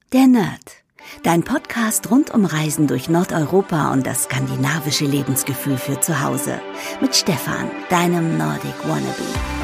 Der Nerd. Dein Podcast rund um Reisen durch Nordeuropa und das skandinavische Lebensgefühl für zu Hause. Mit Stefan, deinem Nordic Wannabe.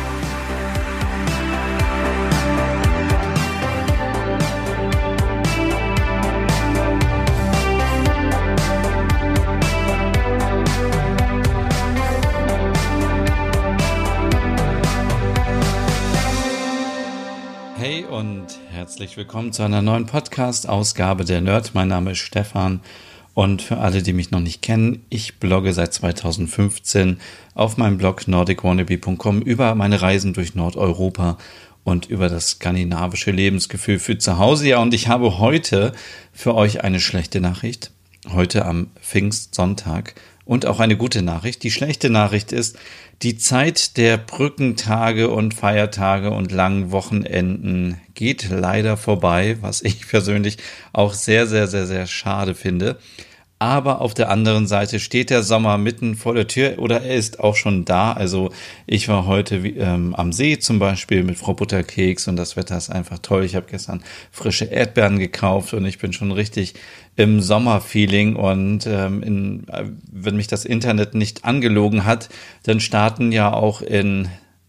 Hey und herzlich willkommen zu einer neuen Podcast-Ausgabe der Nerd. Mein Name ist Stefan und für alle, die mich noch nicht kennen, ich blogge seit 2015 auf meinem Blog nordicwannabe.com über meine Reisen durch Nordeuropa und über das skandinavische Lebensgefühl für zu Hause. Ja, und ich habe heute für euch eine schlechte Nachricht, heute am Pfingstsonntag, und auch eine gute Nachricht. Die schlechte Nachricht ist, die Zeit der Brückentage und Feiertage und langen Wochenenden geht leider vorbei, was ich persönlich auch sehr, sehr, sehr, sehr schade finde. Aber auf der anderen Seite steht der Sommer mitten vor der Tür oder er ist auch schon da. Also ich war heute am See zum Beispiel mit Frau Butterkeks und das Wetter ist einfach toll. Ich habe gestern frische Erdbeeren gekauft und ich bin schon richtig im Sommerfeeling. Und wenn mich das Internet nicht angelogen hat, dann starten ja auch in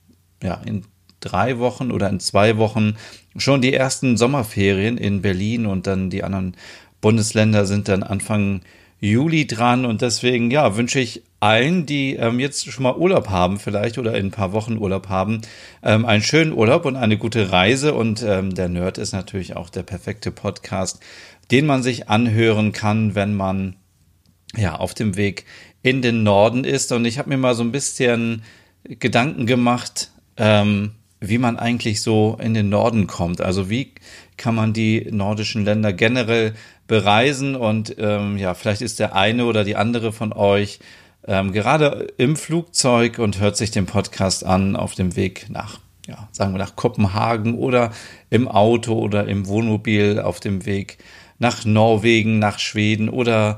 3 Wochen oder in 2 Wochen schon die ersten Sommerferien in Berlin und dann die anderen Bundesländer sind dann Anfang Juli dran und deswegen wünsche ich allen, die jetzt schon mal Urlaub haben vielleicht oder in ein paar Wochen Urlaub haben, einen schönen Urlaub und eine gute Reise und der Nerd ist natürlich auch der perfekte Podcast, den man sich anhören kann, wenn man auf dem Weg in den Norden ist und ich habe mir mal so ein bisschen Gedanken gemacht, wie man eigentlich so in den Norden kommt, also wie kann man die nordischen Länder generell bereisen und vielleicht ist der eine oder die andere von euch gerade im Flugzeug und hört sich den Podcast an auf dem Weg nach Kopenhagen oder im Auto oder im Wohnmobil auf dem Weg nach Norwegen, nach Schweden oder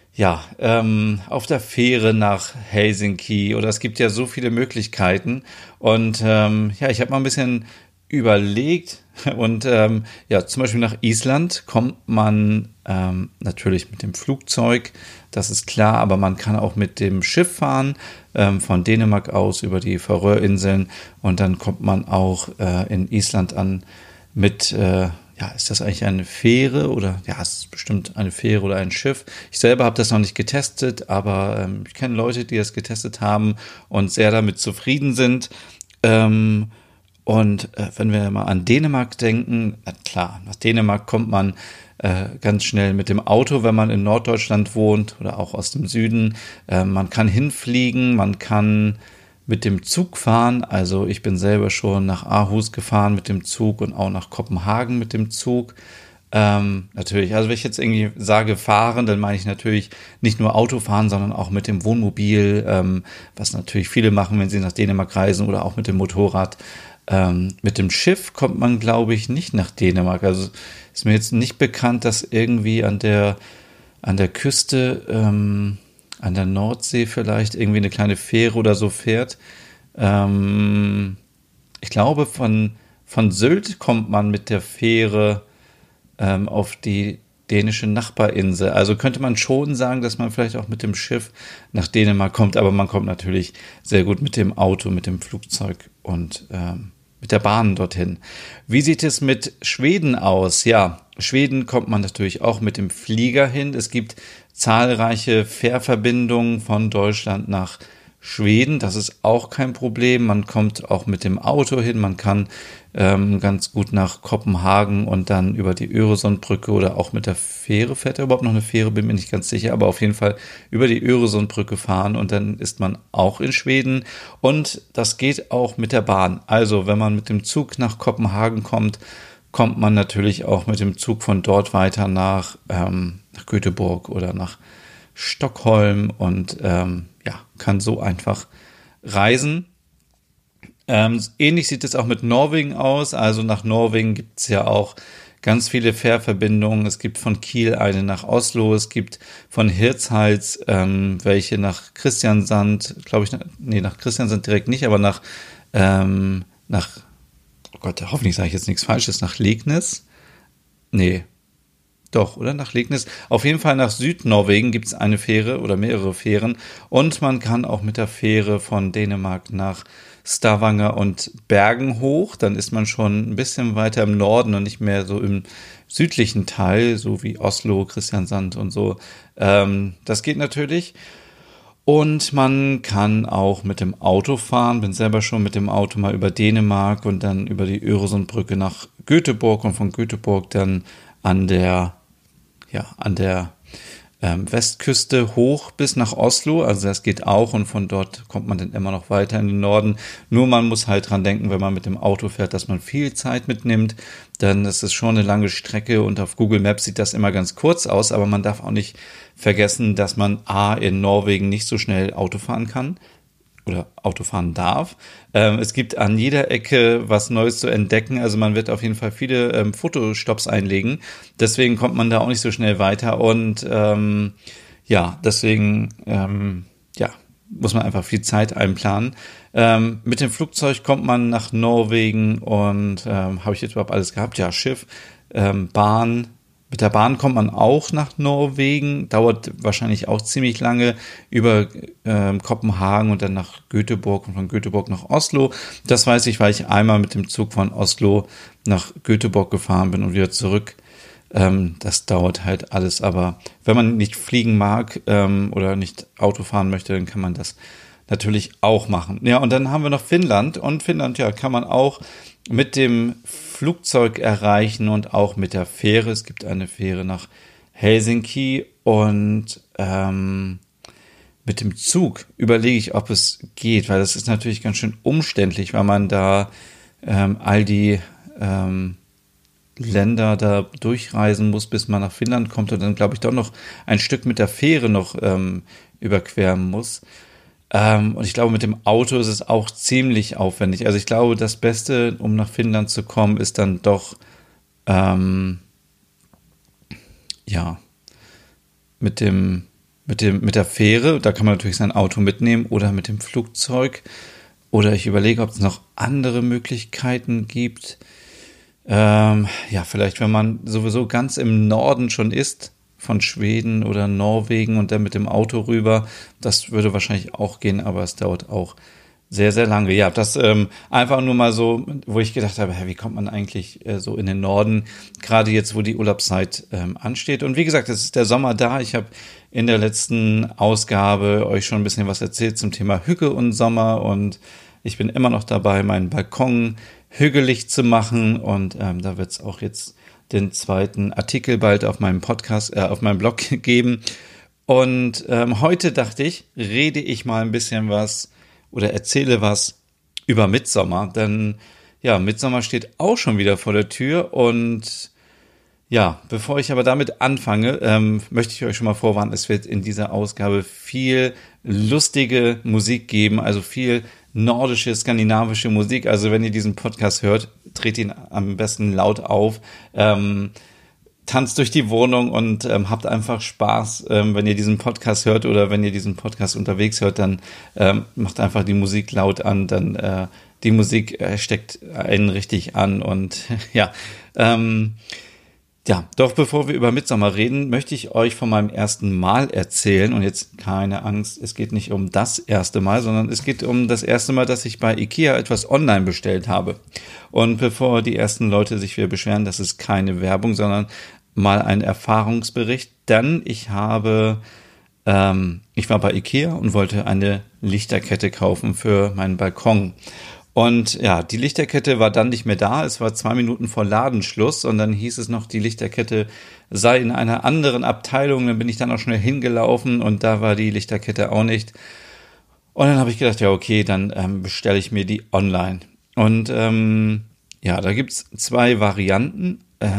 auf der Fähre nach Helsinki oder es gibt ja so viele Möglichkeiten und ich habe mal ein bisschen überlegt und zum Beispiel nach Island kommt man natürlich mit dem Flugzeug, das ist klar, aber man kann auch mit dem Schiff fahren, von Dänemark aus über die Färöerinseln und dann kommt man auch in Island an mit ist das eigentlich eine Fähre oder es ist bestimmt eine Fähre oder ein Schiff. Ich selber habe das noch nicht getestet, aber ich kenne Leute, die das getestet haben und sehr damit zufrieden sind. Und wenn wir mal an Dänemark denken, na klar, nach Dänemark kommt man ganz schnell mit dem Auto, wenn man in Norddeutschland wohnt oder auch aus dem Süden. Man kann hinfliegen, man kann mit dem Zug fahren, also ich bin selber schon nach Aarhus gefahren mit dem Zug und auch nach Kopenhagen mit dem Zug. Natürlich, also wenn ich jetzt irgendwie sage fahren, dann meine ich natürlich nicht nur Autofahren, sondern auch mit dem Wohnmobil, was natürlich viele machen, wenn sie nach Dänemark reisen oder auch mit dem Motorrad. Mit dem Schiff kommt man, glaube ich, nicht nach Dänemark. Also ist mir jetzt nicht bekannt, dass irgendwie an der Küste an der Nordsee vielleicht irgendwie eine kleine Fähre oder so fährt. Ich glaube, von Sylt kommt man mit der Fähre auf die dänische Nachbarinsel. Also könnte man schon sagen, dass man vielleicht auch mit dem Schiff nach Dänemark kommt, aber man kommt natürlich sehr gut mit dem Auto, mit dem Flugzeug und mit der Bahn dorthin. Wie sieht es mit Schweden aus? Ja, Schweden kommt man natürlich auch mit dem Flieger hin. Es gibt zahlreiche Fährverbindungen von Deutschland nach Schweden. Das ist auch kein Problem. Man kommt auch mit dem Auto hin. Man kann ganz gut nach Kopenhagen und dann über die Öresundbrücke oder auch mit der Fähre. Fährt da überhaupt noch eine Fähre? Bin mir nicht ganz sicher. Aber auf jeden Fall über die Öresundbrücke fahren und dann ist man auch in Schweden. Und das geht auch mit der Bahn. Also wenn man mit dem Zug nach Kopenhagen kommt man natürlich auch mit dem Zug von dort weiter nach Göteborg oder nach Stockholm und kann so einfach reisen. Ähnlich sieht es auch mit Norwegen aus. Also nach Norwegen gibt es ja auch ganz viele Fährverbindungen. Es gibt von Kiel eine nach Oslo, es gibt von Hirtshals welche nach Kristiansand, glaube ich, nach Kristiansand direkt nicht, aber nach oh Gott, hoffentlich sage ich jetzt nichts Falsches, nach Leknes. Nee, Doch, oder nach Leknes. Auf jeden Fall nach Südnorwegen gibt es eine Fähre oder mehrere Fähren. Und man kann auch mit der Fähre von Dänemark nach Stavanger und Bergen hoch. Dann ist man schon ein bisschen weiter im Norden und nicht mehr so im südlichen Teil, so wie Oslo, Kristiansand und so. Das geht natürlich. Und man kann auch mit dem Auto fahren. Bin selber schon mit dem Auto mal über Dänemark und dann über die Öresundbrücke nach Göteborg und von Göteborg dann an der Westküste hoch bis nach Oslo. Also das geht auch und von dort kommt man dann immer noch weiter in den Norden. Nur man muss halt dran denken, wenn man mit dem Auto fährt, dass man viel Zeit mitnimmt. Denn es ist schon eine lange Strecke und auf Google Maps sieht das immer ganz kurz aus. Aber man darf auch nicht vergessen, dass man in Norwegen nicht so schnell Auto fahren kann oder Auto fahren darf. Es gibt an jeder Ecke was Neues zu entdecken. Also man wird auf jeden Fall viele Fotostops einlegen. Deswegen kommt man da auch nicht so schnell weiter. Und deswegen muss man einfach viel Zeit einplanen. Mit dem Flugzeug kommt man nach Norwegen und habe ich jetzt überhaupt alles gehabt? Ja, Schiff, Bahn. Mit der Bahn kommt man auch nach Norwegen, dauert wahrscheinlich auch ziemlich lange über Kopenhagen und dann nach Göteborg und von Göteborg nach Oslo. Das weiß ich, weil ich einmal mit dem Zug von Oslo nach Göteborg gefahren bin und wieder zurück. Das dauert halt alles, aber wenn man nicht fliegen mag oder nicht Auto fahren möchte, dann kann man das natürlich auch machen. Ja, und dann haben wir noch Finnland und Finnland, ja, kann man auch mit dem Flugzeug erreichen und auch mit der Fähre. Es gibt eine Fähre nach Helsinki und mit dem Zug überlege ich, ob es geht, weil das ist natürlich ganz schön umständlich, weil man da all die Länder da durchreisen muss, bis man nach Finnland kommt und dann, glaube ich, doch noch ein Stück mit der Fähre noch überqueren muss. Und ich glaube, mit dem Auto ist es auch ziemlich aufwendig. Also ich glaube, das Beste, um nach Finnland zu kommen, ist dann doch mit der Fähre. Da kann man natürlich sein Auto mitnehmen oder mit dem Flugzeug. Oder ich überlege, ob es noch andere Möglichkeiten gibt. Vielleicht, wenn man sowieso ganz im Norden schon ist, von Schweden oder Norwegen und dann mit dem Auto rüber. Das würde wahrscheinlich auch gehen, aber es dauert auch sehr, sehr lange. Ja, das einfach nur mal so, wo ich gedacht habe, wie kommt man eigentlich so in den Norden, gerade jetzt, wo die Urlaubszeit ansteht. Und wie gesagt, es ist der Sommer da. Ich habe in der letzten Ausgabe euch schon ein bisschen was erzählt zum Thema Hügge und Sommer und ich bin immer noch dabei, meinen Balkon hügelig zu machen und da wird es auch jetzt den zweiten Artikel bald auf meinem Podcast, auf meinem Blog geben. Und heute dachte ich, rede ich mal ein bisschen was oder erzähle was über Midsommar, denn ja, Midsommar steht auch schon wieder vor der Tür und ja, bevor ich aber damit anfange, möchte ich euch schon mal vorwarnen, es wird in dieser Ausgabe viel lustige Musik geben, also viel nordische, skandinavische Musik. Also wenn ihr diesen Podcast hört, dreht ihn am besten laut auf, tanzt durch die Wohnung und habt einfach Spaß, wenn ihr diesen Podcast hört oder wenn ihr diesen Podcast unterwegs hört, dann macht einfach die Musik laut an, dann die Musik steckt einen richtig an und doch bevor wir über Midsommar reden, möchte ich euch von meinem ersten Mal erzählen. Und jetzt keine Angst, es geht nicht um das erste Mal, sondern es geht um das erste Mal, dass ich bei Ikea etwas online bestellt habe. Und bevor die ersten Leute sich wieder beschweren, das ist keine Werbung, sondern mal ein Erfahrungsbericht. Denn ich war bei Ikea und wollte eine Lichterkette kaufen für meinen Balkon. Und ja, die Lichterkette war dann nicht mehr da. Es war 2 Minuten vor Ladenschluss und dann hieß es noch, die Lichterkette sei in einer anderen Abteilung. Dann bin ich dann auch schnell hingelaufen und da war die Lichterkette auch nicht. Und dann habe ich gedacht, ja okay, dann bestelle ich mir die online. Und da gibt's 2 Varianten.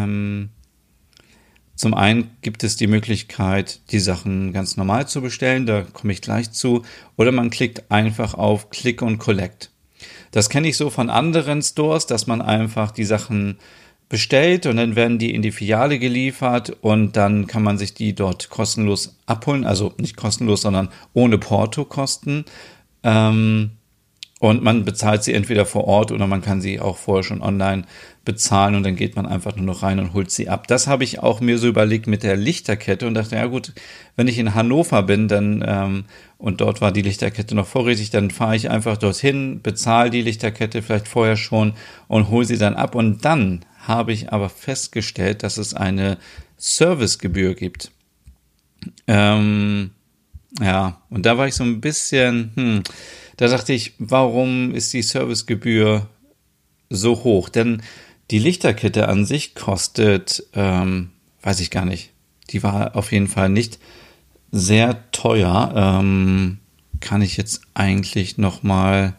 Zum einen gibt es die Möglichkeit, die Sachen ganz normal zu bestellen. Da komme ich gleich zu. Oder man klickt einfach auf Click und Collect. Das kenne ich so von anderen Stores, dass man einfach die Sachen bestellt und dann werden die in die Filiale geliefert und dann kann man sich die dort kostenlos abholen. Also nicht kostenlos, sondern ohne Portokosten. Und Und man bezahlt sie entweder vor Ort oder man kann sie auch vorher schon online bezahlen und dann geht man einfach nur noch rein und holt sie ab. Das habe ich auch mir so überlegt mit der Lichterkette und dachte, ja gut, wenn ich in Hannover bin, dann und dort war die Lichterkette noch vorrätig, dann fahre ich einfach dorthin, bezahle die Lichterkette vielleicht vorher schon und hole sie dann ab. Und dann habe ich aber festgestellt, dass es eine Servicegebühr gibt. Ja, und da war ich so ein bisschen, da dachte ich, warum ist die Servicegebühr so hoch? Denn die Lichterkette an sich kostet, weiß ich gar nicht, die war auf jeden Fall nicht sehr teuer. Kann ich jetzt eigentlich nochmal,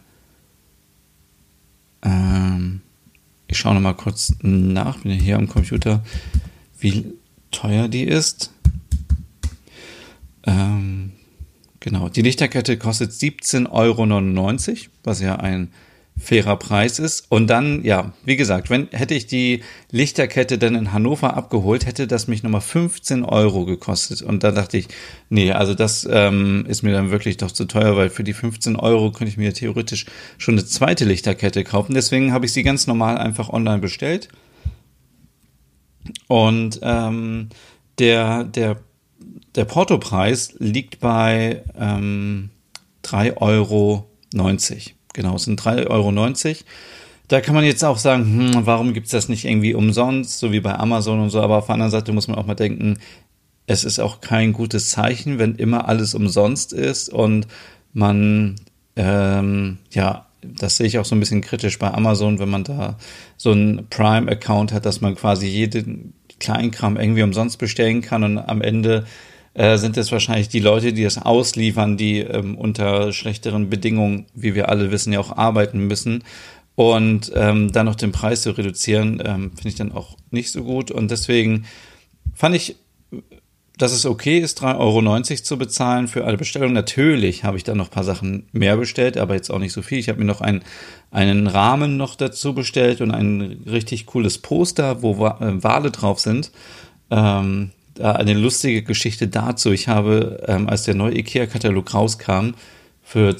ich schaue nochmal kurz nach, bin hier am Computer, wie teuer die ist. Genau, die Lichterkette kostet 17,99 €, was ja ein fairer Preis ist. Und dann, ja, wie gesagt, hätte ich die Lichterkette dann in Hannover abgeholt, hätte das mich nochmal 15 € gekostet. Und da dachte ich, nee, also das ist mir dann wirklich doch zu teuer, weil für die 15 € könnte ich mir theoretisch schon eine zweite Lichterkette kaufen. Deswegen habe ich sie ganz normal einfach online bestellt. Und der Portopreis liegt bei 3,90 €. Genau, es sind 3,90 €. Da kann man jetzt auch sagen, warum gibt's das nicht irgendwie umsonst, so wie bei Amazon und so. Aber auf der anderen Seite muss man auch mal denken, es ist auch kein gutes Zeichen, wenn immer alles umsonst ist. Und man, das sehe ich auch so ein bisschen kritisch bei Amazon, wenn man da so einen Prime-Account hat, dass man quasi jeden Kleinkram irgendwie umsonst bestellen kann und am Ende sind es wahrscheinlich die Leute, die das ausliefern, die unter schlechteren Bedingungen, wie wir alle wissen, ja auch arbeiten müssen. Und dann noch den Preis zu reduzieren, finde ich dann auch nicht so gut. Und deswegen fand ich, dass es okay ist, 3,90 € zu bezahlen für alle Bestellungen. Natürlich habe ich dann noch ein paar Sachen mehr bestellt, aber jetzt auch nicht so viel. Ich habe mir noch einen Rahmen noch dazu bestellt und ein richtig cooles Poster, wo Wale drauf sind. Eine lustige Geschichte dazu. Ich habe, als der neue IKEA-Katalog rauskam für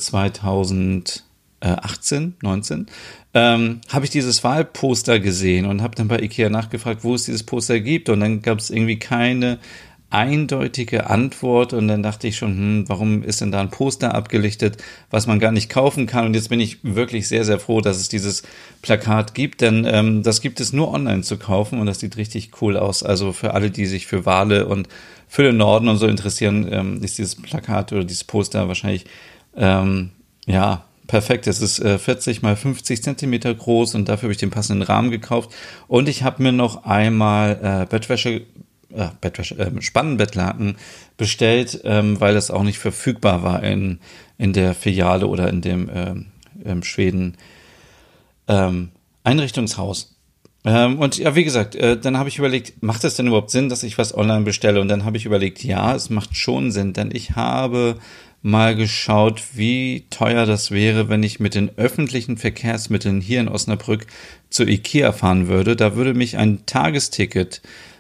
2018, 19, habe ich dieses Wahlposter gesehen und habe dann bei IKEA nachgefragt, wo es dieses Poster gibt. Und dann gab es irgendwie keine eindeutige Antwort. Und dann dachte ich schon, warum ist denn da ein Poster abgelichtet, was man gar nicht kaufen kann? Und jetzt bin ich wirklich sehr, sehr froh, dass es dieses Plakat gibt, denn das gibt es nur online zu kaufen und das sieht richtig cool aus. Also für alle, die sich für Wale und für den Norden und so interessieren, ist dieses Plakat oder dieses Poster wahrscheinlich, perfekt. Es ist 40 mal 50 Zentimeter groß und dafür habe ich den passenden Rahmen gekauft. Und ich habe mir noch einmal Spannbettlaken bestellt, weil das auch nicht verfügbar war in der Filiale oder in dem Schweden Einrichtungshaus. Und ja, wie gesagt, dann habe ich überlegt, macht es denn überhaupt Sinn, dass ich was online bestelle? Und dann habe ich überlegt, ja, es macht schon Sinn, denn ich habe mal geschaut, wie teuer das wäre, wenn ich mit den öffentlichen Verkehrsmitteln hier in Osnabrück zu IKEA fahren würde. Da würde mich ein Tagesticket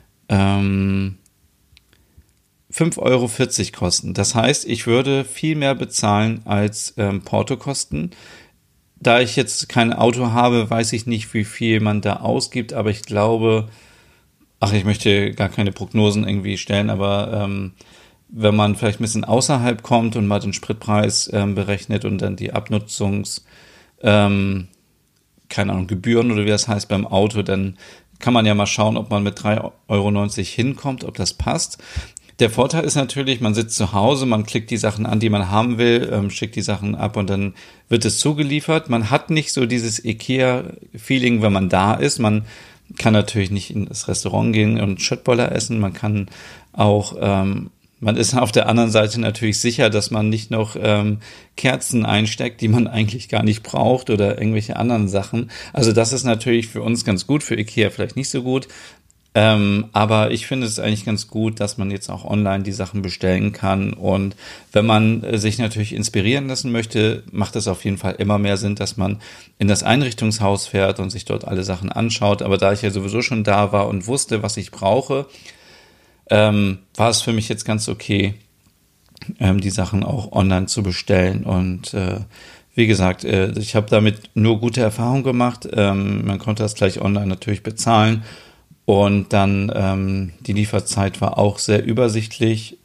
5,40 € kosten. Das heißt, ich würde viel mehr bezahlen als Portokosten. Da ich jetzt kein Auto habe, weiß ich nicht, wie viel man da ausgibt, aber ich glaube, ich möchte gar keine Prognosen irgendwie stellen, aber wenn man vielleicht ein bisschen außerhalb kommt und mal den Spritpreis berechnet und dann die Gebühren oder wie das heißt beim Auto, dann kann man ja mal schauen, ob man mit 3,90 € hinkommt, ob das passt. Der Vorteil ist natürlich, man sitzt zu Hause, man klickt die Sachen an, die man haben will, schickt die Sachen ab und dann wird es zugeliefert. Man hat nicht so dieses IKEA-Feeling, wenn man da ist. Man kann natürlich nicht in das Restaurant gehen und Schöttboller essen. Man kann auch, man ist auf der anderen Seite natürlich sicher, dass man nicht noch Kerzen einsteckt, die man eigentlich gar nicht braucht oder irgendwelche anderen Sachen. Also das ist natürlich für uns ganz gut, für IKEA vielleicht nicht so gut. Aber ich finde es eigentlich ganz gut, dass man jetzt auch online die Sachen bestellen kann. Und wenn man sich natürlich inspirieren lassen möchte, macht es auf jeden Fall immer mehr Sinn, dass man in das Einrichtungshaus fährt und sich dort alle Sachen anschaut. Aber da ich ja sowieso schon da war und wusste, was ich brauche, war es für mich jetzt ganz okay, die Sachen auch online zu bestellen. Und wie gesagt, ich habe damit nur gute Erfahrungen gemacht. Man konnte das gleich online natürlich bezahlen. Und dann die Lieferzeit war auch sehr übersichtlich.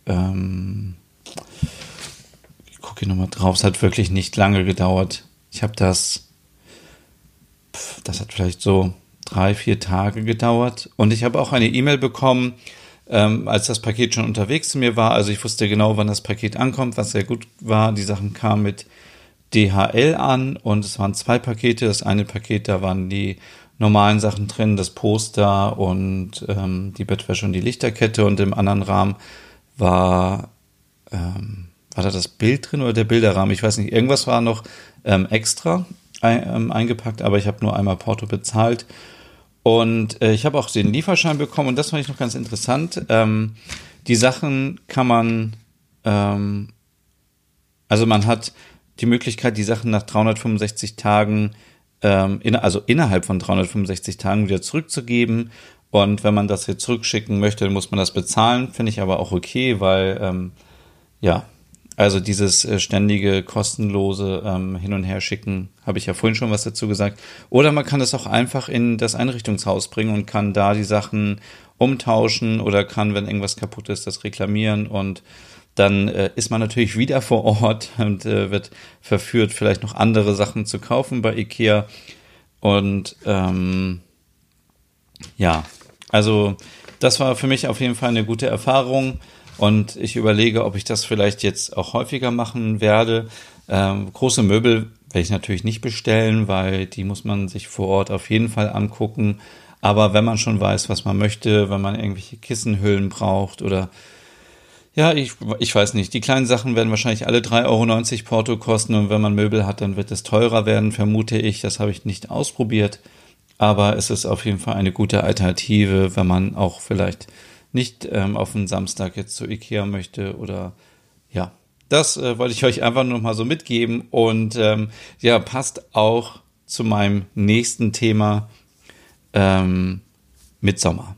Ich gucke hier nochmal drauf. Es hat wirklich nicht lange gedauert. Ich habe das hat vielleicht so 3-4 Tage gedauert. Und ich habe auch eine E-Mail bekommen, als das Paket schon unterwegs zu mir war. Also ich wusste genau, wann das Paket ankommt, was sehr gut war. Die Sachen kamen mit DHL an und es waren 2 Pakete. Das eine Paket, da waren die normalen Sachen drin, das Poster und die Bettwäsche und die Lichterkette. Und im anderen Rahmen war da das Bild drin oder der Bilderrahmen? Ich weiß nicht. Irgendwas war noch extra eingepackt, aber ich habe nur einmal Porto bezahlt. Und ich habe auch den Lieferschein bekommen und das fand ich noch ganz interessant. Die Sachen kann man, also man hat die Möglichkeit, die Sachen nach 365 Tagen, innerhalb von 365 Tagen wieder zurückzugeben. Und wenn man das jetzt zurückschicken möchte, dann muss man das bezahlen. Finde ich aber auch okay, weil, also dieses ständige, kostenlose Hin- und Herschicken, habe ich ja vorhin schon was dazu gesagt. Oder man kann es auch einfach in das Einrichtungshaus bringen und kann da die Sachen umtauschen oder kann, wenn irgendwas kaputt ist, das reklamieren. Und dann ist man natürlich wieder vor Ort und wird verführt, vielleicht noch andere Sachen zu kaufen bei IKEA. Und also das war für mich auf jeden Fall eine gute Erfahrung. Und ich überlege, ob ich das vielleicht jetzt auch häufiger machen werde. Große Möbel werde ich natürlich nicht bestellen, weil die muss man sich vor Ort auf jeden Fall angucken. Aber wenn man schon weiß, was man möchte, wenn man irgendwelche Kissenhüllen braucht oder ja, ich weiß nicht. Die kleinen Sachen werden wahrscheinlich alle 3,90 € Porto kosten und wenn man Möbel hat, dann wird es teurer werden, vermute ich. Das habe ich nicht ausprobiert. Aber es ist auf jeden Fall eine gute Alternative, wenn man auch vielleicht nicht auf einen Samstag jetzt zu Ikea möchte oder ja, das wollte ich euch einfach nur mal so mitgeben und passt auch zu meinem nächsten Thema Midsommar.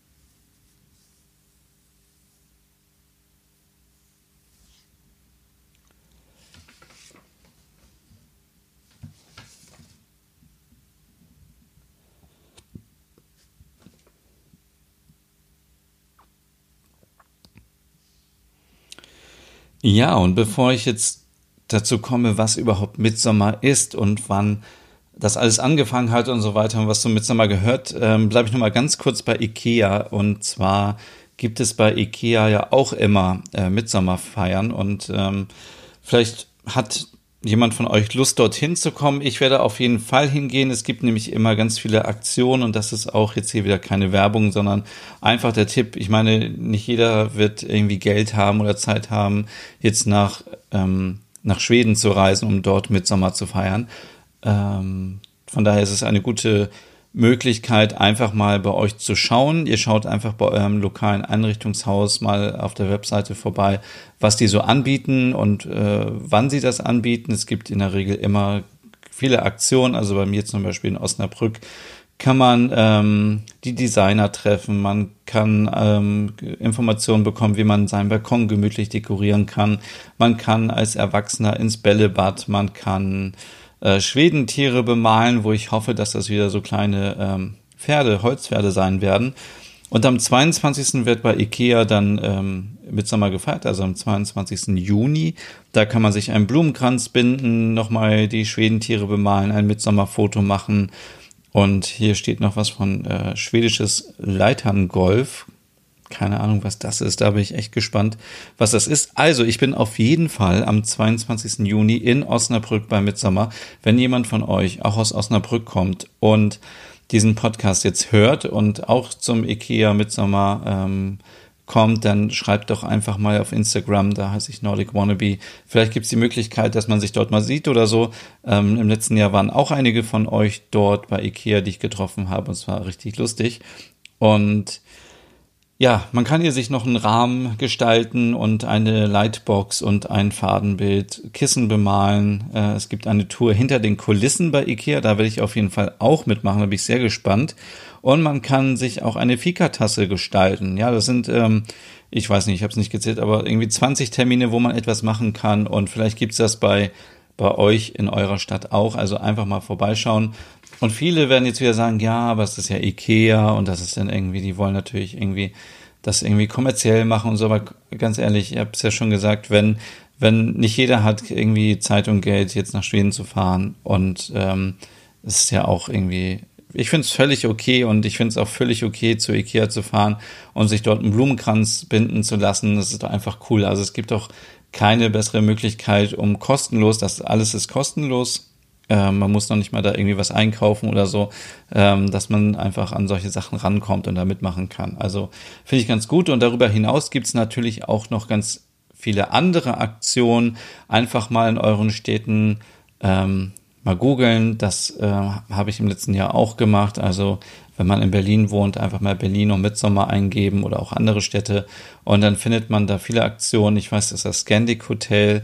Ja, und bevor ich jetzt dazu komme, was überhaupt Midsommar ist und wann das alles angefangen hat und so weiter und was zu Midsommar gehört, bleibe ich noch mal ganz kurz bei IKEA. Und zwar gibt es bei IKEA ja auch immer Midsommar-Feiern und vielleicht hat jemand von euch Lust, dorthin zu kommen. Ich werde auf jeden Fall hingehen. Es gibt nämlich immer ganz viele Aktionen und das ist auch jetzt hier wieder keine Werbung, sondern einfach der Tipp. Ich meine, nicht jeder wird irgendwie Geld haben oder Zeit haben, jetzt nach Schweden zu reisen, um dort Midsommar zu feiern. Von daher ist es eine gute Möglichkeit, einfach mal bei euch zu schauen. Ihr schaut einfach bei eurem lokalen Einrichtungshaus mal auf der Webseite vorbei, was die so anbieten und wann sie das anbieten. Es gibt in der Regel immer viele Aktionen. Also bei mir zum Beispiel in Osnabrück kann man die Designer treffen. Man kann Informationen bekommen, wie man seinen Balkon gemütlich dekorieren kann. Man kann als Erwachsener ins Bällebad. Man kann Schwedentiere bemalen, wo ich hoffe, dass das wieder so kleine Holzpferde sein werden. Und am 22. wird bei IKEA dann Midsommar gefeiert, also am 22. Juni. Da kann man sich einen Blumenkranz binden, nochmal die Schwedentiere bemalen, ein Midsommar-Foto machen. Und hier steht noch was von schwedisches Leiterngolf. Keine Ahnung, was das ist. Da bin ich echt gespannt, was das ist. Also, ich bin auf jeden Fall am 22. Juni in Osnabrück bei Midsommar. Wenn jemand von euch auch aus Osnabrück kommt und diesen Podcast jetzt hört und auch zum IKEA Midsommar kommt, dann schreibt doch einfach mal auf Instagram, da heiße ich Nordic Wannabe. Vielleicht gibt es die Möglichkeit, dass man sich dort mal sieht oder so. Im letzten Jahr waren auch einige von euch dort bei IKEA, die ich getroffen habe. Und es war richtig lustig. Und ja, man kann hier sich noch einen Rahmen gestalten und eine Lightbox und ein Fadenbild, Kissen bemalen. Es gibt eine Tour hinter den Kulissen bei IKEA, da werde ich auf jeden Fall auch mitmachen, da bin ich sehr gespannt. Und man kann sich auch eine Fika-Tasse gestalten. Ja, das sind, ich weiß nicht, ich habe es nicht gezählt, aber irgendwie 20 Termine, wo man etwas machen kann. Und vielleicht gibt's das bei bei euch in eurer Stadt auch. Also einfach mal vorbeischauen. Und viele werden jetzt wieder sagen, ja, aber es ist ja Ikea und das ist dann irgendwie, die wollen natürlich irgendwie das irgendwie kommerziell machen und so. Aber ganz ehrlich, ich habe es ja schon gesagt, wenn nicht jeder hat irgendwie Zeit und Geld, jetzt nach Schweden zu fahren und es ist ja auch irgendwie, ich finde es völlig okay und ich finde es auch völlig okay, zu Ikea zu fahren und sich dort einen Blumenkranz binden zu lassen. Das ist doch einfach cool. Also es gibt doch keine bessere Möglichkeit, um kostenlos, das alles ist kostenlos. Man muss noch nicht mal da irgendwie was einkaufen oder so, dass man einfach an solche Sachen rankommt und da mitmachen kann. Also finde ich ganz gut. Und darüber hinaus gibt es natürlich auch noch ganz viele andere Aktionen. Einfach mal in euren Städten mal googeln. Das habe ich im letzten Jahr auch gemacht. Also wenn man in Berlin wohnt, einfach mal Berlin und Midsommar eingeben oder auch andere Städte. Und dann findet man da viele Aktionen. Ich weiß, dass das Scandic Hotel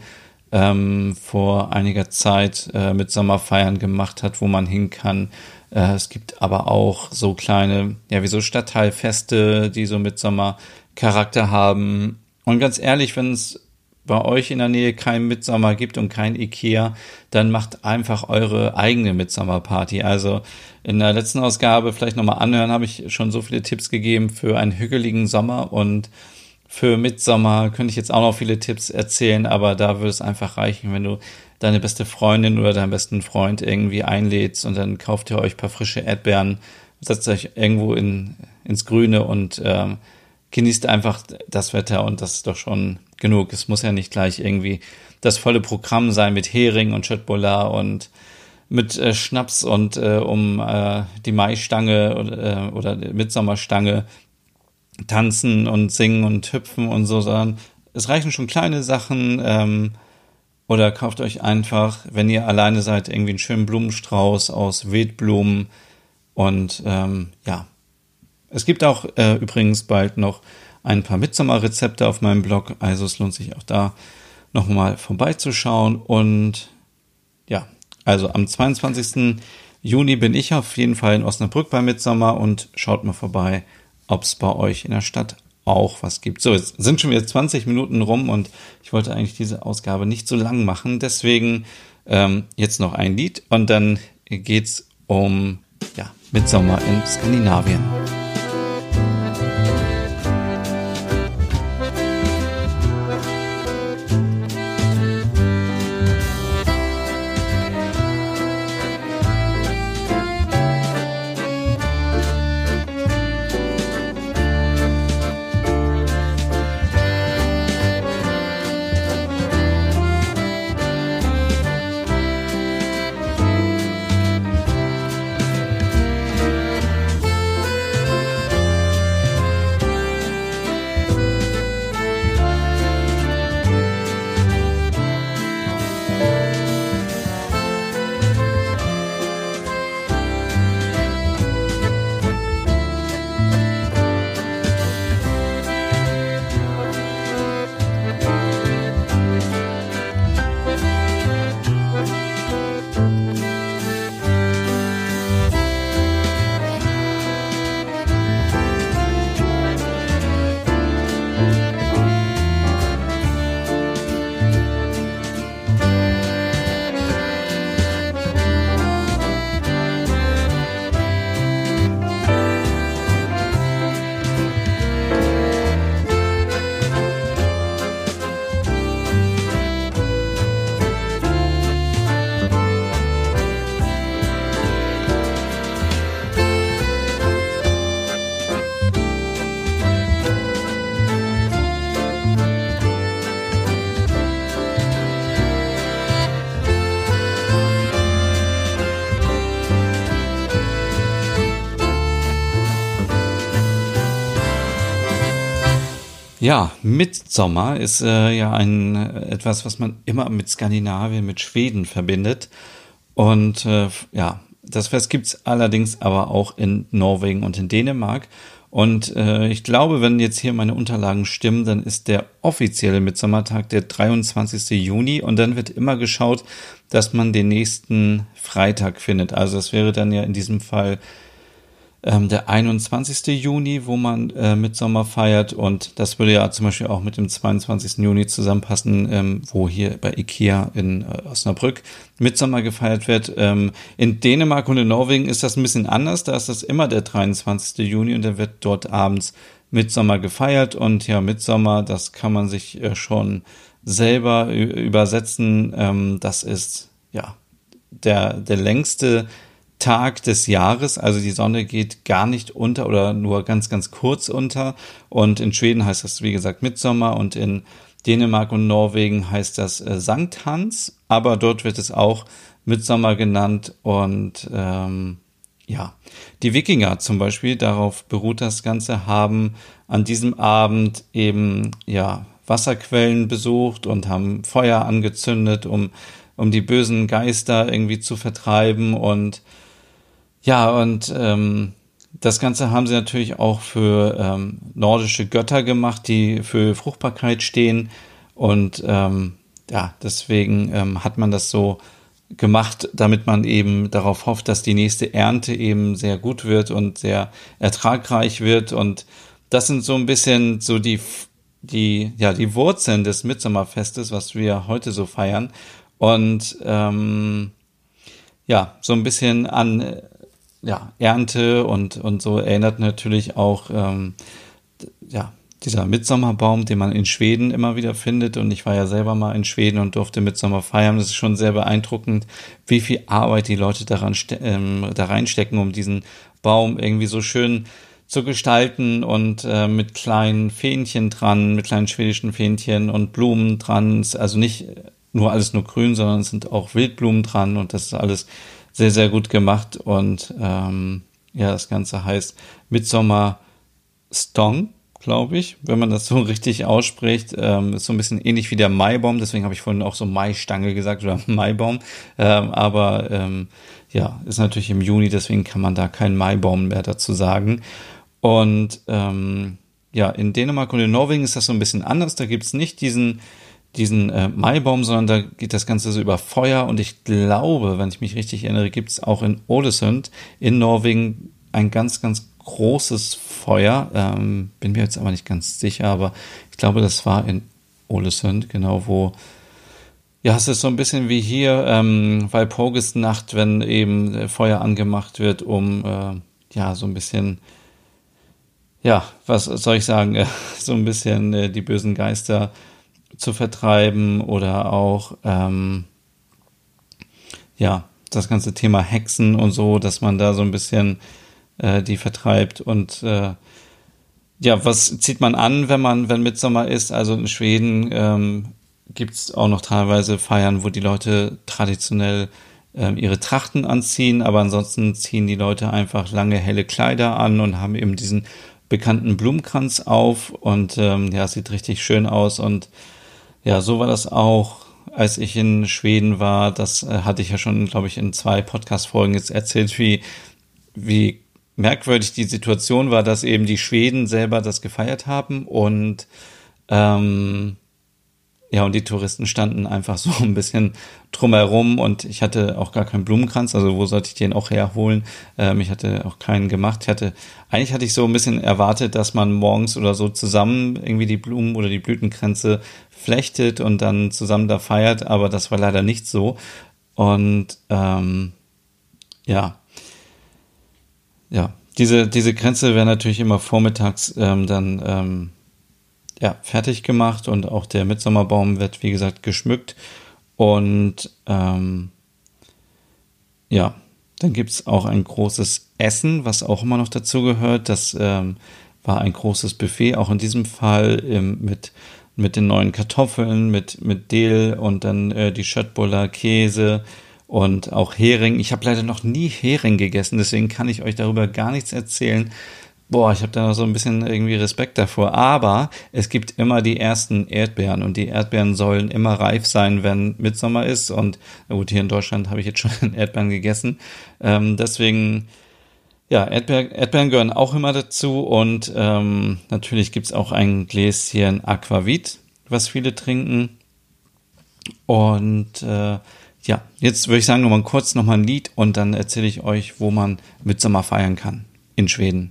vor einiger Zeit Midsommar-Feiern gemacht hat, wo man hin kann. Es gibt aber auch so kleine, ja, wie so Stadtteilfeste, die so Midsommar-Charakter haben. Und ganz ehrlich, wenn es bei euch in der Nähe kein Midsommar gibt und kein Ikea, dann macht einfach eure eigene Midsommar-Party. Also in der letzten Ausgabe, vielleicht nochmal anhören, habe ich schon so viele Tipps gegeben für einen hügeligen Sommer und für Midsommar könnte ich jetzt auch noch viele Tipps erzählen, aber da würde es einfach reichen, wenn du deine beste Freundin oder deinen besten Freund irgendwie einlädst und dann kauft ihr euch ein paar frische Erdbeeren, setzt euch irgendwo ins Grüne und genießt einfach das Wetter und das ist doch schon genug. Es muss ja nicht gleich irgendwie das volle Programm sein mit Hering und Schöttbullar und mit Schnaps und die Maistange oder Mitsommerstange tanzen und singen und hüpfen und so, sondern es reichen schon kleine Sachen oder kauft euch einfach, wenn ihr alleine seid, irgendwie einen schönen Blumenstrauß aus Wildblumen und ja. Es gibt auch übrigens bald noch ein paar Midsommar-Rezepte auf meinem Blog, also es lohnt sich auch da nochmal vorbeizuschauen und ja, also am 22. Juni bin ich auf jeden Fall in Osnabrück bei Midsommar und schaut mal vorbei, ob es bei euch in der Stadt auch was gibt. So, jetzt sind schon wieder 20 Minuten rum und ich wollte eigentlich diese Ausgabe nicht so lang machen. Deswegen jetzt noch ein Lied und dann geht's um Midsommar in Skandinavien. Ja, Midsommar ist etwas, was man immer mit Skandinavien, mit Schweden verbindet. Und das Fest gibt's allerdings aber auch in Norwegen und in Dänemark. Und ich glaube, wenn jetzt hier meine Unterlagen stimmen, dann ist der offizielle Midsommertag der 23. Juni und dann wird immer geschaut, dass man den nächsten Freitag findet. Also es wäre dann ja in diesem Fall der 21. Juni, wo man Mittsommer feiert, und das würde ja zum Beispiel auch mit dem 22. Juni zusammenpassen, wo hier bei IKEA in Osnabrück Mittsommer gefeiert wird. In Dänemark und in Norwegen ist das ein bisschen anders, da ist das immer der 23. Juni und dann wird dort abends Mittsommer gefeiert, und ja, Mittsommer, das kann man sich schon selber übersetzen. Das ist ja der längste Tag des Jahres, also die Sonne geht gar nicht unter oder nur ganz, ganz kurz unter, und in Schweden heißt das, wie gesagt, Mittsommer, und in Dänemark und Norwegen heißt das Sankt Hans, aber dort wird es auch Mittsommer genannt. Und ja, die Wikinger zum Beispiel, darauf beruht das Ganze, haben an diesem Abend eben ja Wasserquellen besucht und haben Feuer angezündet, um die bösen Geister irgendwie zu vertreiben. Und ja, und das Ganze haben sie natürlich auch für nordische Götter gemacht, die für Fruchtbarkeit stehen. Und ja, deswegen hat man das so gemacht, damit man eben darauf hofft, dass die nächste Ernte eben sehr gut wird und sehr ertragreich wird. Und das sind so ein bisschen so die Wurzeln des Mittsommerfestes, was wir heute so feiern. Und ja, so ein bisschen an Ernte und so erinnert natürlich auch dieser Mittsommerbaum, den man in Schweden immer wieder findet. Und ich war ja selber mal in Schweden und durfte Mittsommer feiern. Das ist schon sehr beeindruckend, wie viel Arbeit die Leute da reinstecken, um diesen Baum irgendwie so schön zu gestalten, und mit kleinen Fähnchen dran, mit kleinen schwedischen Fähnchen und Blumen dran. Also nicht alles nur grün, sondern es sind auch Wildblumen dran, und das ist alles sehr, sehr gut gemacht. Und das Ganze heißt Mittsommer Stong, glaube ich, wenn man das so richtig ausspricht. Ist so ein bisschen ähnlich wie der Maibaum, deswegen habe ich vorhin auch so Maistange gesagt oder Maibaum. Ist natürlich im Juni, deswegen kann man da keinen Maibaum mehr dazu sagen. Und in Dänemark und in Norwegen ist das so ein bisschen anders. Da gibt es nicht diesen Maibaum, sondern da geht das Ganze so über Feuer. Und ich glaube, wenn ich mich richtig erinnere, gibt es auch in Ålesund in Norwegen ein ganz, ganz großes Feuer. Bin mir jetzt aber nicht ganz sicher, aber ich glaube, das war in Ålesund, genau, wo, ja, es ist so ein bisschen wie hier Walpurgisnacht, wenn eben Feuer angemacht wird, um so ein bisschen, ja, was soll ich sagen, so ein bisschen die bösen Geister zu vertreiben, oder auch das ganze Thema Hexen und so, dass man da so ein bisschen die vertreibt. Und was zieht man an, wenn Mittsommer ist? Also in Schweden gibt es auch noch teilweise Feiern, wo die Leute traditionell ihre Trachten anziehen, aber ansonsten ziehen die Leute einfach lange, helle Kleider an und haben eben diesen bekannten Blumenkranz auf, und sieht richtig schön aus. Und ja, so war das auch, als ich in Schweden war. Das hatte ich ja schon, glaube ich, in 2 Podcast-Folgen jetzt erzählt, wie merkwürdig die Situation war, dass eben die Schweden selber das gefeiert haben, und und die Touristen standen einfach so ein bisschen drumherum, und ich hatte auch gar keinen Blumenkranz, also wo sollte ich den auch herholen? Ich hatte auch keinen gemacht. Eigentlich hatte ich so ein bisschen erwartet, dass man morgens oder so zusammen irgendwie die Blumen oder die Blütenkränze flechtet und dann zusammen da feiert, aber das war leider nicht so. Und diese Kränze werden natürlich immer vormittags fertig gemacht, und auch der Mittsommerbaum wird, wie gesagt, geschmückt. Und dann gibt's auch ein großes Essen, was auch immer noch dazu gehört. Das war ein großes Buffet, auch in diesem Fall mit den neuen Kartoffeln, mit Dill, und dann die Köttbullar, Käse und auch Hering. Ich habe leider noch nie Hering gegessen, deswegen kann ich euch darüber gar nichts erzählen. Ich habe da noch so ein bisschen irgendwie Respekt davor. Aber es gibt immer die ersten Erdbeeren, und die Erdbeeren sollen immer reif sein, wenn Mittsommer ist. Und na gut, hier in Deutschland habe ich jetzt schon Erdbeeren gegessen. Deswegen, ja, Erdbeeren gehören auch immer dazu. Und natürlich gibt's auch ein Gläschen Aquavit, was viele trinken. Und jetzt würde ich sagen, nochmal ein Lied, und dann erzähle ich euch, wo man Mittsommer feiern kann. in Schweden.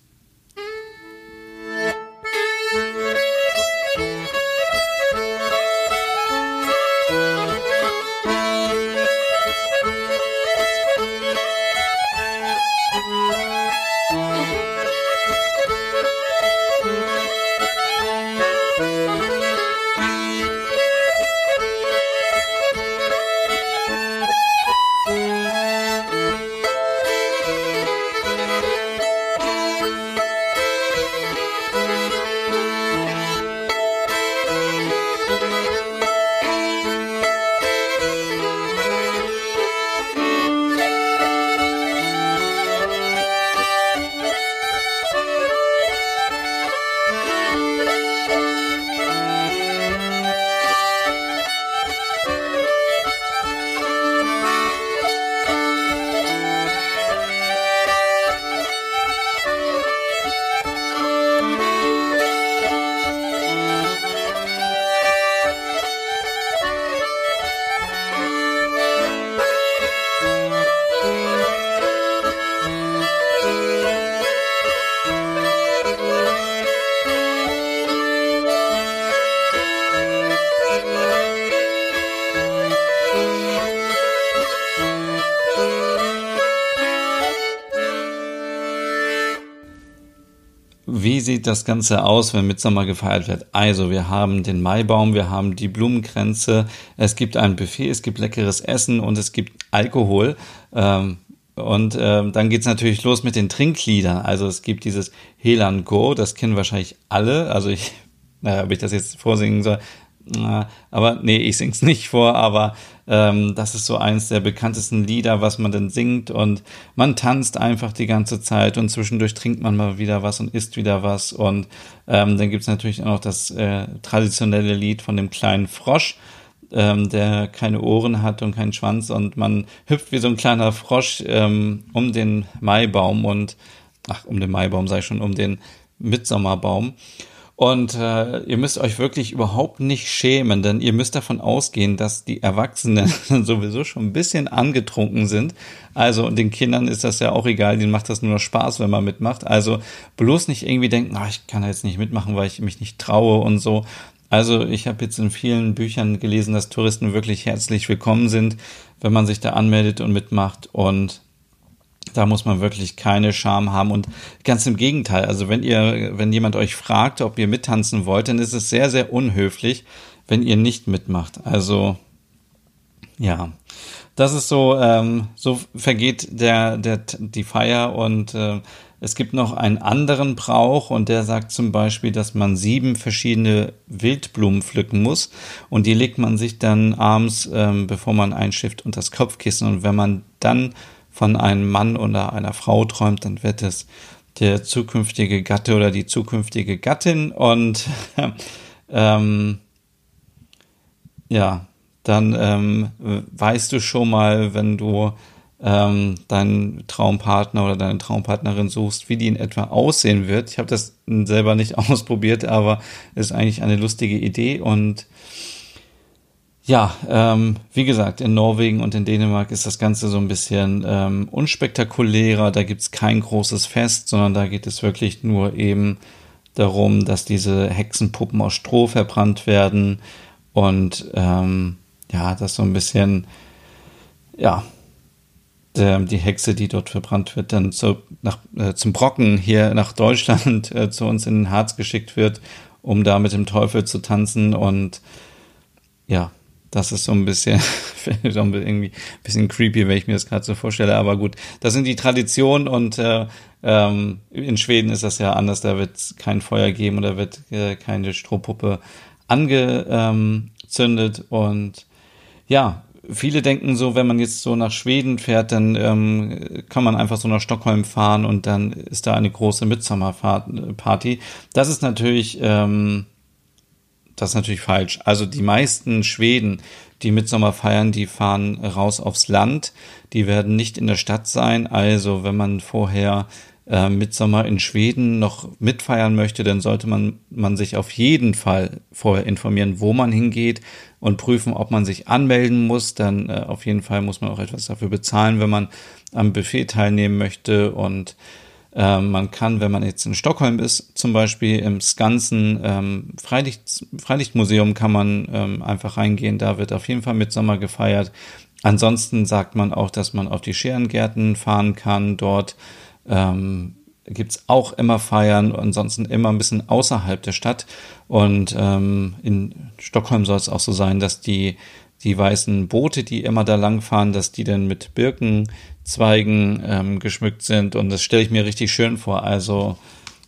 Wie sieht das Ganze aus, wenn Mittsommer gefeiert wird? Also, wir haben den Maibaum, wir haben die Blumenkränze, es gibt ein Buffet, es gibt leckeres Essen und es gibt Alkohol. Dann geht's natürlich los mit den Trinkliedern. Also es gibt dieses Helan Go, das kennen wahrscheinlich alle. Also ob ich das jetzt vorsingen soll, aber nee, ich sing's nicht vor, aber das ist so eins der bekanntesten Lieder, was man dann singt und man tanzt einfach die ganze Zeit und zwischendurch trinkt man mal wieder was und isst wieder was und dann gibt's natürlich auch noch das traditionelle Lied von dem kleinen Frosch, der keine Ohren hat und keinen Schwanz und man hüpft wie so ein kleiner Frosch um den Maibaum um den Maibaum sage ich schon, um den Mittsommerbaum. Und ihr müsst euch wirklich überhaupt nicht schämen, denn ihr müsst davon ausgehen, dass die Erwachsenen sowieso schon ein bisschen angetrunken sind. Also den Kindern ist das ja auch egal, denen macht das nur Spaß, wenn man mitmacht. Also bloß nicht irgendwie denken, ich kann jetzt nicht mitmachen, weil ich mich nicht traue und so. Also ich habe jetzt in vielen Büchern gelesen, dass Touristen wirklich herzlich willkommen sind, wenn man sich da anmeldet und mitmacht und da muss man wirklich keine Scham haben und ganz im Gegenteil. Also wenn jemand euch fragt, ob ihr mittanzen wollt, dann ist es sehr, sehr unhöflich, wenn ihr nicht mitmacht. Also ja, das ist so, so vergeht die Feier und es gibt noch einen anderen Brauch und der sagt zum Beispiel, dass man 7 verschiedene Wildblumen pflücken muss und die legt man sich dann abends, bevor man einschläft, unter das Kopfkissen und wenn man dann von einem Mann oder einer Frau träumt, dann wird es der zukünftige Gatte oder die zukünftige Gattin und dann weißt du schon mal, wenn du deinen Traumpartner oder deine Traumpartnerin suchst, wie die in etwa aussehen wird. Ich habe das selber nicht ausprobiert, aber ist eigentlich eine lustige Idee und ja, wie gesagt, in Norwegen und in Dänemark ist das Ganze so ein bisschen unspektakulärer. Da gibt's kein großes Fest, sondern da geht es wirklich nur eben darum, dass diese Hexenpuppen aus Stroh verbrannt werden und das so ein bisschen, die Hexe, die dort verbrannt wird, dann zum Brocken hier nach Deutschland zu uns in den Harz geschickt wird, um da mit dem Teufel zu tanzen und ja, das ist so ein bisschen, irgendwie ein bisschen creepy, wenn ich mir das gerade so vorstelle. Aber gut, das sind die Traditionen und in Schweden ist das ja anders. Da wird es kein Feuer geben oder wird keine Strohpuppe angezündet. Und ja, viele denken so, wenn man jetzt so nach Schweden fährt, dann kann man einfach so nach Stockholm fahren und dann ist da eine große Mitsommerparty. Das ist natürlich falsch. Also die meisten Schweden, die Mittsommer feiern, die fahren raus aufs Land. Die werden nicht in der Stadt sein. Also wenn man vorher Mittsommer in Schweden noch mitfeiern möchte, dann sollte man sich auf jeden Fall vorher informieren, wo man hingeht und prüfen, ob man sich anmelden muss. Dann auf jeden Fall muss man auch etwas dafür bezahlen, wenn man am Buffet teilnehmen möchte. Und Man kann, wenn man jetzt in Stockholm ist, zum Beispiel im Skansen Freilichtmuseum kann man einfach reingehen. Da wird auf jeden Fall Mitsommer gefeiert. Ansonsten sagt man auch, dass man auf die Scherengärten fahren kann. Dort gibt's auch immer Feiern, ansonsten immer ein bisschen außerhalb der Stadt. Und in Stockholm soll es auch so sein, dass die weißen Boote, die immer da langfahren, dass die dann mit Birkenzweigen geschmückt sind. Und das stelle ich mir richtig schön vor. Also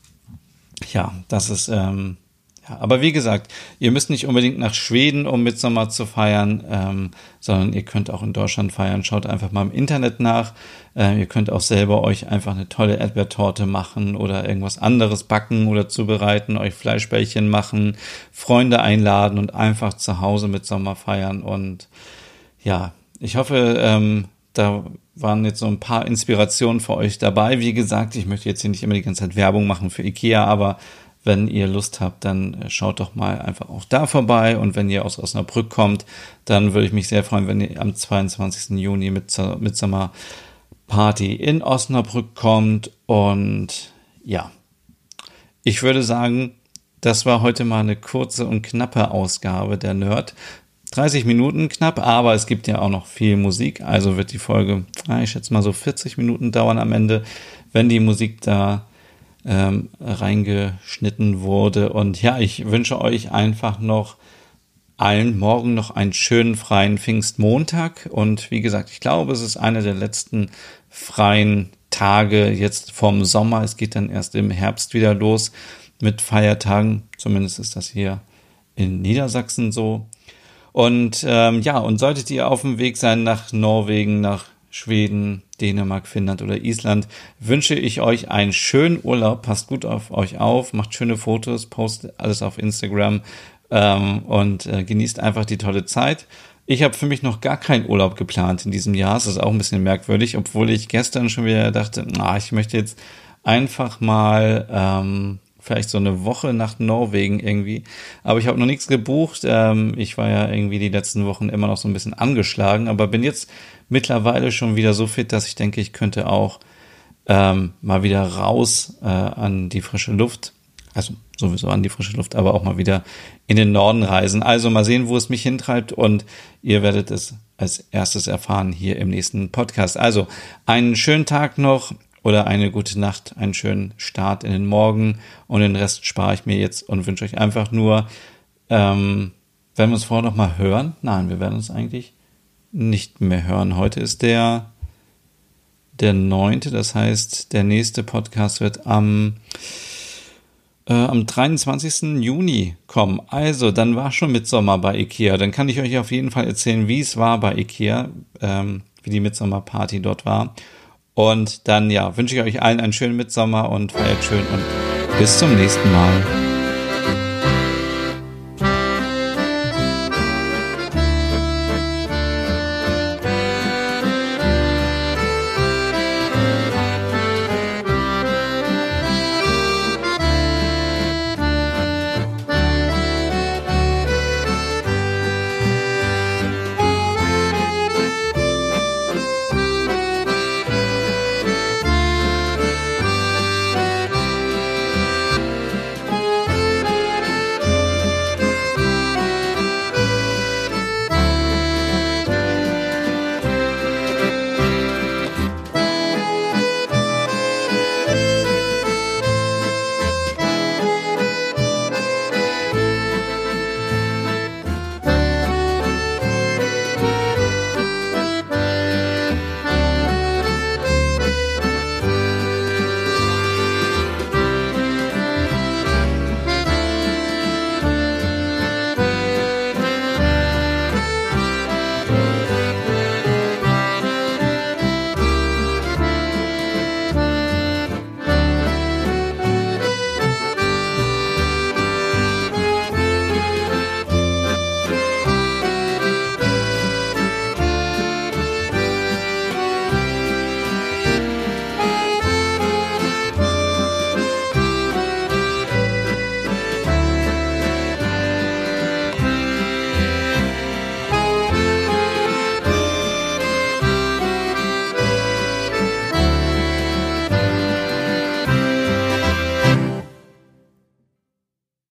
ja, das ist aber wie gesagt, ihr müsst nicht unbedingt nach Schweden, um Mitsommer zu feiern, sondern ihr könnt auch in Deutschland feiern. Schaut einfach mal im Internet nach. Ihr könnt auch selber euch einfach eine tolle Erdbeertorte machen oder irgendwas anderes backen oder zubereiten, euch Fleischbällchen machen, Freunde einladen und einfach zu Hause Mitsommer feiern. Und ja, ich hoffe, da waren jetzt so ein paar Inspirationen für euch dabei. Wie gesagt, ich möchte jetzt hier nicht immer die ganze Zeit Werbung machen für IKEA, aber wenn ihr Lust habt, dann schaut doch mal einfach auch da vorbei. Und wenn ihr aus Osnabrück kommt, dann würde ich mich sehr freuen, wenn ihr am 22. Juni mit Mitsommer Party in Osnabrück kommt. Und ja, ich würde sagen, das war heute mal eine kurze und knappe Ausgabe der Nerd. 30 Minuten knapp, aber es gibt ja auch noch viel Musik. Also wird die Folge, ich schätze mal so 40 Minuten dauern am Ende, wenn die Musik da reingeschnitten wurde. Und ja, ich wünsche euch einfach noch allen morgen noch einen schönen freien Pfingstmontag. Und wie gesagt, ich glaube, es ist einer der letzten freien Tage jetzt vom Sommer. Es geht dann erst im Herbst wieder los mit Feiertagen. Zumindest ist das hier in Niedersachsen so. Und und solltet ihr auf dem Weg sein nach Norwegen, nach Schweden, Dänemark, Finnland oder Island, wünsche ich euch einen schönen Urlaub. Passt gut auf euch auf, macht schöne Fotos, postet alles auf Instagram und genießt einfach die tolle Zeit. Ich habe für mich noch gar keinen Urlaub geplant in diesem Jahr. Das ist auch ein bisschen merkwürdig, obwohl ich gestern schon wieder dachte, ich möchte jetzt einfach mal vielleicht so eine Woche nach Norwegen irgendwie. Aber ich habe noch nichts gebucht. Ich war ja irgendwie die letzten Wochen immer noch so ein bisschen angeschlagen, aber bin jetzt mittlerweile schon wieder so fit, dass ich denke, ich könnte auch mal wieder raus an die frische Luft. Also sowieso an die frische Luft, aber auch mal wieder in den Norden reisen. Also mal sehen, wo es mich hintreibt und ihr werdet es als erstes erfahren hier im nächsten Podcast. Also einen schönen Tag noch oder eine gute Nacht, einen schönen Start in den Morgen und den Rest spare ich mir jetzt und wünsche euch einfach nur, werden wir uns vorher noch mal hören? Nein, wir werden uns eigentlich nicht mehr hören. Heute ist der 9., das heißt, der nächste Podcast wird am 23. Juni kommen. Also, dann war schon Mitsommer bei IKEA. Dann kann ich euch auf jeden Fall erzählen, wie es war bei IKEA, wie die Mitsommer-Party dort war. Und dann, wünsche ich euch allen einen schönen Mitsommer und feiert schön und bis zum nächsten Mal.